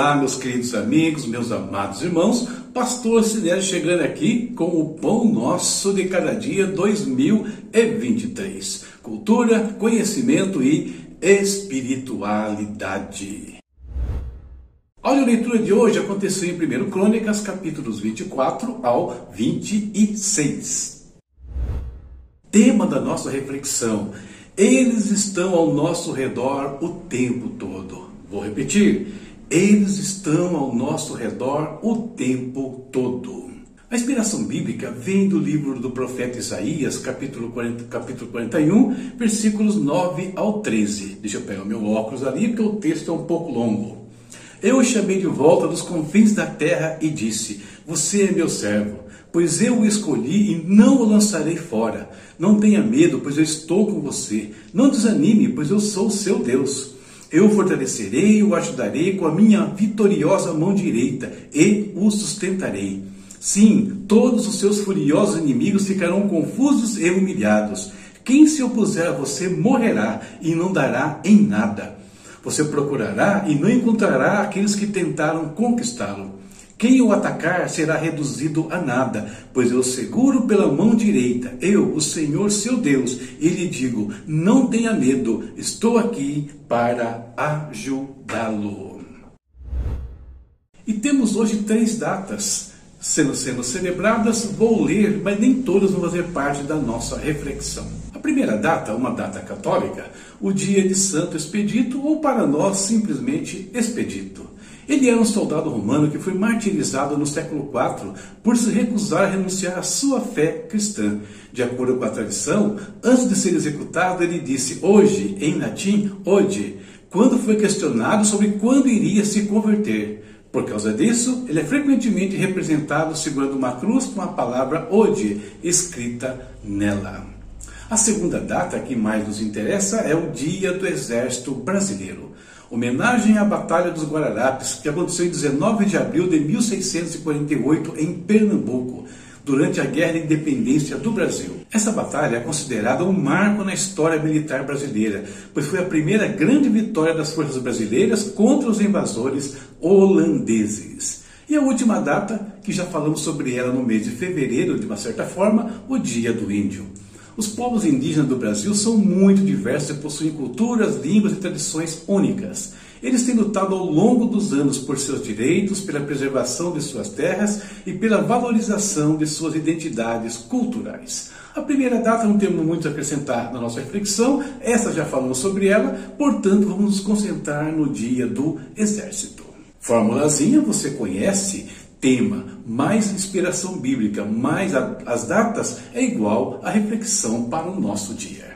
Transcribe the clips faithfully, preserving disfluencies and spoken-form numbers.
Olá, meus queridos amigos, meus amados irmãos, Pastor Sidésio chegando aqui com o Pão Nosso de Cada Dia dois mil e vinte e três. Cultura, conhecimento e espiritualidade. A leitura de hoje aconteceu em primeira Crônicas, capítulos vinte e quatro ao vinte e seis. Tema da nossa reflexão: eles estão ao nosso redor o tempo todo. Vou repetir: eles estão ao nosso redor o tempo todo. A inspiração bíblica vem do livro do profeta Isaías, capítulo, quarenta, capítulo quarenta e um, versículos nove ao treze. Deixa eu pegar o meu óculos ali, porque o texto é um pouco longo. Eu o chamei de volta dos confins da terra e disse: você é meu servo, pois eu o escolhi e não o lançarei fora. Não tenha medo, pois eu estou com você. Não desanime, pois eu sou o seu Deus. Eu o fortalecerei e o ajudarei com a minha vitoriosa mão direita e o sustentarei. Sim, todos os seus furiosos inimigos ficarão confusos e humilhados. Quem se opuser a você morrerá e não dará em nada. Você procurará e não encontrará aqueles que tentaram conquistá-lo. Quem o atacar será reduzido a nada, pois eu seguro pela mão direita, eu, o Senhor seu Deus, e lhe digo: não tenha medo, estou aqui para ajudá-lo. E temos hoje três datas sendo, sendo celebradas. Vou ler, mas nem todas vão fazer parte da nossa reflexão. A primeira data, uma data católica, o dia de Santo Expedito, ou para nós simplesmente Expedito. Ele era um soldado romano que foi martirizado no século quatro por se recusar a renunciar à sua fé cristã. De acordo com a tradição, antes de ser executado, ele disse hoje, em latim, ode, quando foi questionado sobre quando iria se converter. Por causa disso, ele é frequentemente representado segurando uma cruz com a palavra ode escrita nela. A segunda data que mais nos interessa é o Dia do Exército Brasileiro. Homenagem à Batalha dos Guararapes, que aconteceu em dezenove de abril de mil seiscentos e quarenta e oito em Pernambuco, durante a Guerra de Independência do Brasil. Essa batalha é considerada um marco na história militar brasileira, pois foi a primeira grande vitória das forças brasileiras contra os invasores holandeses. E a última data, que já falamos sobre ela no mês de fevereiro, de uma certa forma, o Dia do Índio. Os povos indígenas do Brasil são muito diversos e possuem culturas, línguas e tradições únicas. Eles têm lutado ao longo dos anos por seus direitos, pela preservação de suas terras e pela valorização de suas identidades culturais. A primeira data não temos muito a acrescentar na nossa reflexão, essa já falamos sobre ela, portanto vamos nos concentrar no Dia do Exército. Formulazinha você conhece. Tema, mais inspiração bíblica, mais a, as datas, é igual a reflexão para o nosso dia.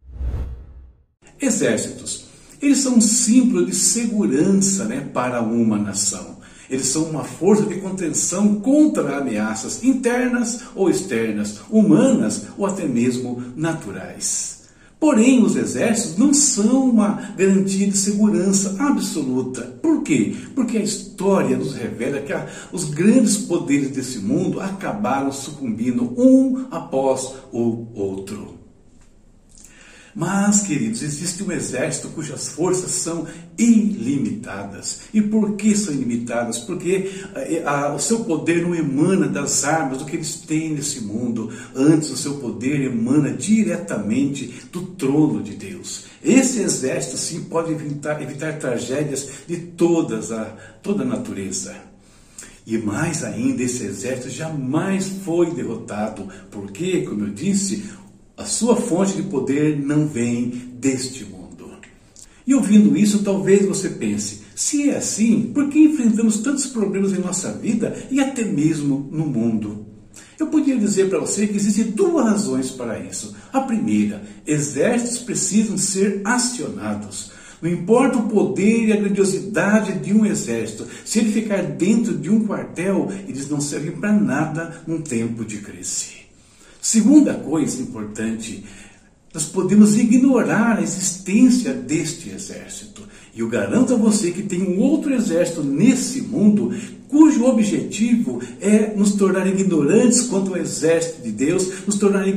Exércitos. Eles são um símbolo de segurança, né, para uma nação. Eles são uma força de contenção contra ameaças internas ou externas, humanas ou até mesmo naturais. Porém, os exércitos não são uma garantia de segurança absoluta. Por quê? Porque a história nos revela que a, os grandes poderes desse mundo acabaram sucumbindo um após o outro. Mas, queridos, existe um exército cujas forças são ilimitadas. E por que são ilimitadas? Porque a, a, o seu poder não emana das armas do que eles têm nesse mundo. Antes, o seu poder emana diretamente do trono de Deus. Esse exército, sim, pode evitar, evitar tragédias de todas a, toda a natureza. E mais ainda, esse exército jamais foi derrotado. Porque, como eu disse, a sua fonte de poder não vem deste mundo. E ouvindo isso, talvez você pense: se é assim, por que enfrentamos tantos problemas em nossa vida e até mesmo no mundo? Eu podia dizer para você que existem duas razões para isso. A primeira: exércitos precisam ser acionados. Não importa o poder e a grandiosidade de um exército, se ele ficar dentro de um quartel, eles não servem para nada num tempo de crise. Segunda coisa importante, nós podemos ignorar a existência deste exército. E eu garanto a você que tem um outro exército nesse mundo cujo objetivo é nos tornar ignorantes quanto ao exército de Deus, nos tornar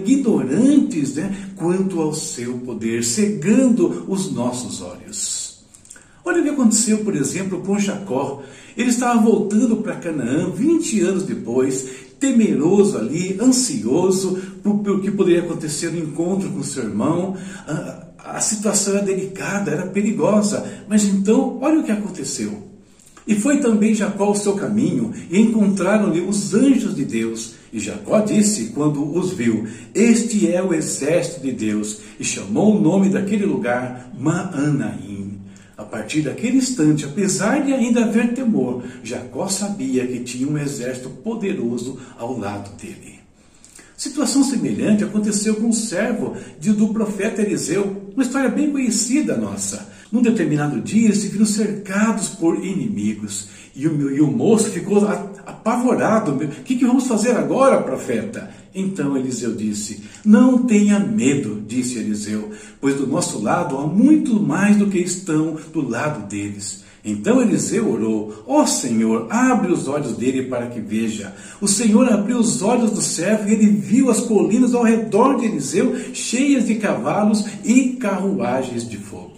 ignorantes, né, quanto ao seu poder, cegando os nossos olhos. Olha o que aconteceu, por exemplo, com Jacó. Ele estava voltando para Canaã vinte anos depois, temeroso ali, ansioso pelo que poderia acontecer no encontro com seu irmão. A, a situação era delicada, era perigosa, mas então, olha o que aconteceu. E foi também Jacó o seu caminho, e encontraram-lhe os anjos de Deus. E Jacó disse, quando os viu, este é o exército de Deus, e chamou o nome daquele lugar Maanaim. A partir daquele instante, apesar de ainda haver temor, Jacó sabia que tinha um exército poderoso ao lado dele. Situação semelhante aconteceu com o servo do profeta Eliseu, uma história bem conhecida nossa. Num determinado dia, eles se viram cercados por inimigos. E o, e o moço ficou apavorado. O que, que vamos fazer agora, profeta? Então Eliseu disse, não tenha medo, disse Eliseu, pois do nosso lado há muito mais do que estão do lado deles. Então Eliseu orou, ó Senhor, abre os olhos dele para que veja. O Senhor abriu os olhos do servo e ele viu as colinas ao redor de Eliseu, cheias de cavalos e carruagens de fogo.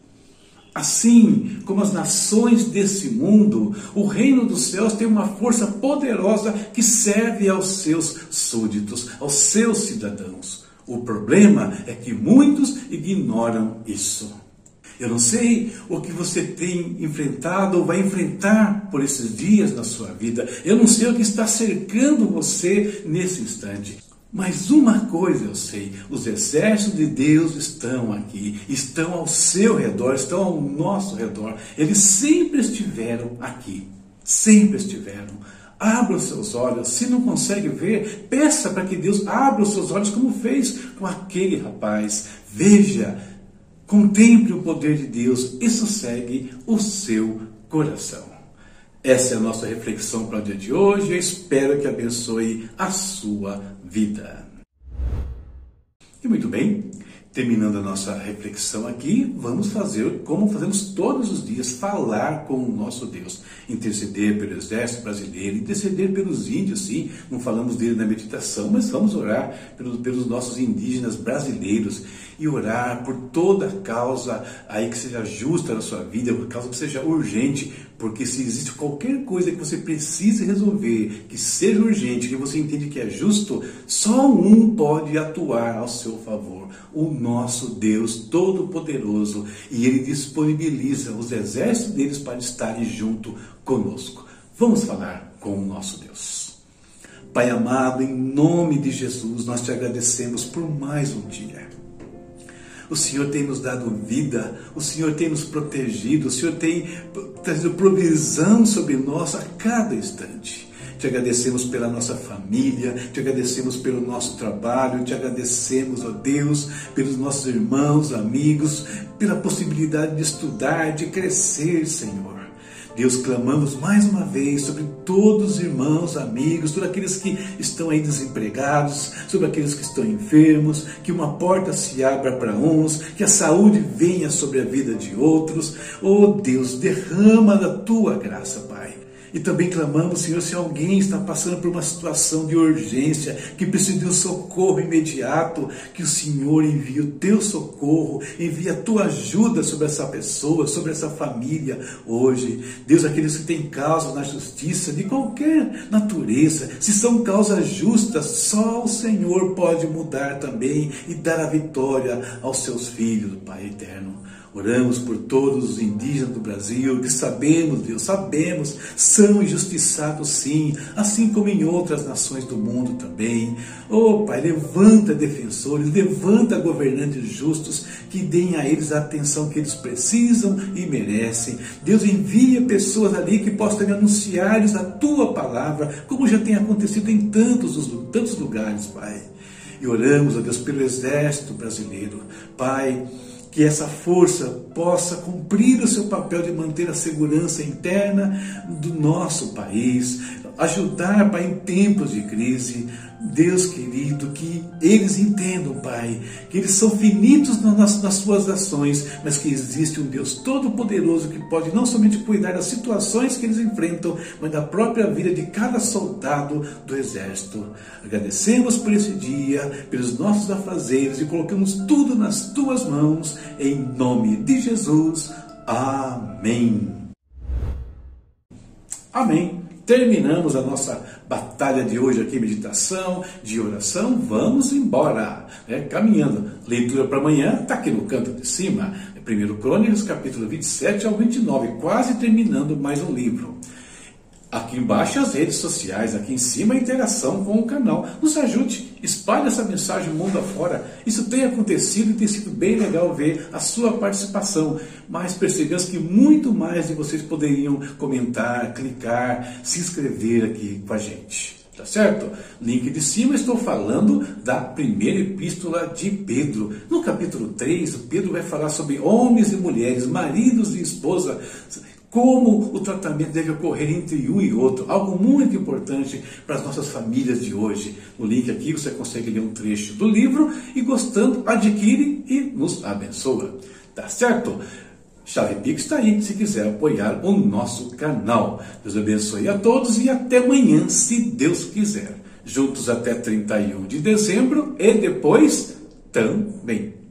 Assim como as nações desse mundo, o reino dos céus tem uma força poderosa que serve aos seus súditos, aos seus cidadãos. O problema é que muitos ignoram isso. Eu não sei o que você tem enfrentado ou vai enfrentar por esses dias na sua vida. Eu não sei o que está cercando você nesse instante. Mas uma coisa eu sei, os exércitos de Deus estão aqui, estão ao seu redor, estão ao nosso redor. Eles sempre estiveram aqui, sempre estiveram. Abra os seus olhos, se não consegue ver, peça para que Deus abra os seus olhos como fez com aquele rapaz. Veja, contemple o poder de Deus e sossegue o seu coração. Essa é a nossa reflexão para o dia de hoje. Eu espero que abençoe a sua vida. E muito bem, terminando a nossa reflexão aqui, vamos fazer como fazemos todos os dias, falar com o nosso Deus. Interceder pelo exército brasileiro, interceder pelos índios, sim, não falamos dele na meditação, mas vamos orar pelos, pelos nossos indígenas brasileiros e orar por toda causa aí que seja justa na sua vida, por causa que seja urgente, porque se existe qualquer coisa que você precise resolver, que seja urgente, que você entende que é justo, só um pode atuar ao seu favor, o nosso Deus Todo-Poderoso, e Ele disponibiliza os exércitos deles para estarem junto conosco. Vamos falar com o nosso Deus. Pai amado, em nome de Jesus, nós te agradecemos por mais um dia. O Senhor tem nos dado vida, o Senhor tem nos protegido, o Senhor tem trazido provisão sobre nós a cada instante. Te agradecemos pela nossa família, te agradecemos pelo nosso trabalho, te agradecemos, ó Deus, pelos nossos irmãos, amigos, pela possibilidade de estudar, de crescer, Senhor. Deus, clamamos mais uma vez sobre todos os irmãos, amigos, todos aqueles que estão aí desempregados, sobre aqueles que estão enfermos, que uma porta se abra para uns, que a saúde venha sobre a vida de outros. Oh Deus, derrama da tua graça, Pai. E também clamamos, Senhor, se alguém está passando por uma situação de urgência, que precisa de um socorro imediato, que o Senhor envie o teu socorro, envie a tua ajuda sobre essa pessoa, sobre essa família hoje. Deus, aqueles que têm causas na justiça, de qualquer natureza, se são causas justas, só o Senhor pode mudar também e dar a vitória aos seus filhos, Pai eterno. Oramos por todos os indígenas do Brasil, que sabemos, Deus, sabemos, são injustiçados sim, assim como em outras nações do mundo também. Oh Pai, levanta defensores, levanta governantes justos, que deem a eles a atenção que eles precisam e merecem. Deus, envia pessoas ali que possam anunciar-lhes a tua palavra, como já tem acontecido em tantos, tantos lugares, Pai. E oramos, ó Deus, pelo exército brasileiro. Pai, que essa força possa cumprir o seu papel de manter a segurança interna do nosso país, ajudar, Pai, em tempos de crise. Deus querido, que eles entendam, Pai, que eles são finitos nas, nas suas ações, mas que existe um Deus todo-poderoso que pode não somente cuidar das situações que eles enfrentam, mas da própria vida de cada soldado do exército. Agradecemos por esse dia, pelos nossos afazeres, e colocamos tudo nas tuas mãos, em nome de Jesus. Amém. Amém. Terminamos a nossa batalha de hoje aqui, meditação, de oração. Vamos embora, né? Caminhando. Leitura para amanhã está aqui no canto de cima. primeiro Crônicas, capítulo vinte e sete ao vinte e nove, quase terminando mais um livro. Aqui embaixo as redes sociais, aqui em cima a interação com o canal. Nos ajude, espalhe essa mensagem mundo afora. Isso tem acontecido e tem sido bem legal ver a sua participação. Mas percebemos que muito mais de vocês poderiam comentar, clicar, se inscrever aqui com a gente. Tá certo? Link de cima, estou falando da primeira epístola de Pedro. No capítulo três, o Pedro vai falar sobre homens e mulheres, maridos e esposa, como o tratamento deve ocorrer entre um e outro. Algo muito importante para as nossas famílias de hoje. No link aqui você consegue ler um trecho do livro e, gostando, adquire e nos abençoa. Tá certo? Chave Pix está aí, se quiser apoiar o nosso canal. Deus abençoe a todos e até amanhã, se Deus quiser. Juntos até trinta e um de dezembro e depois também.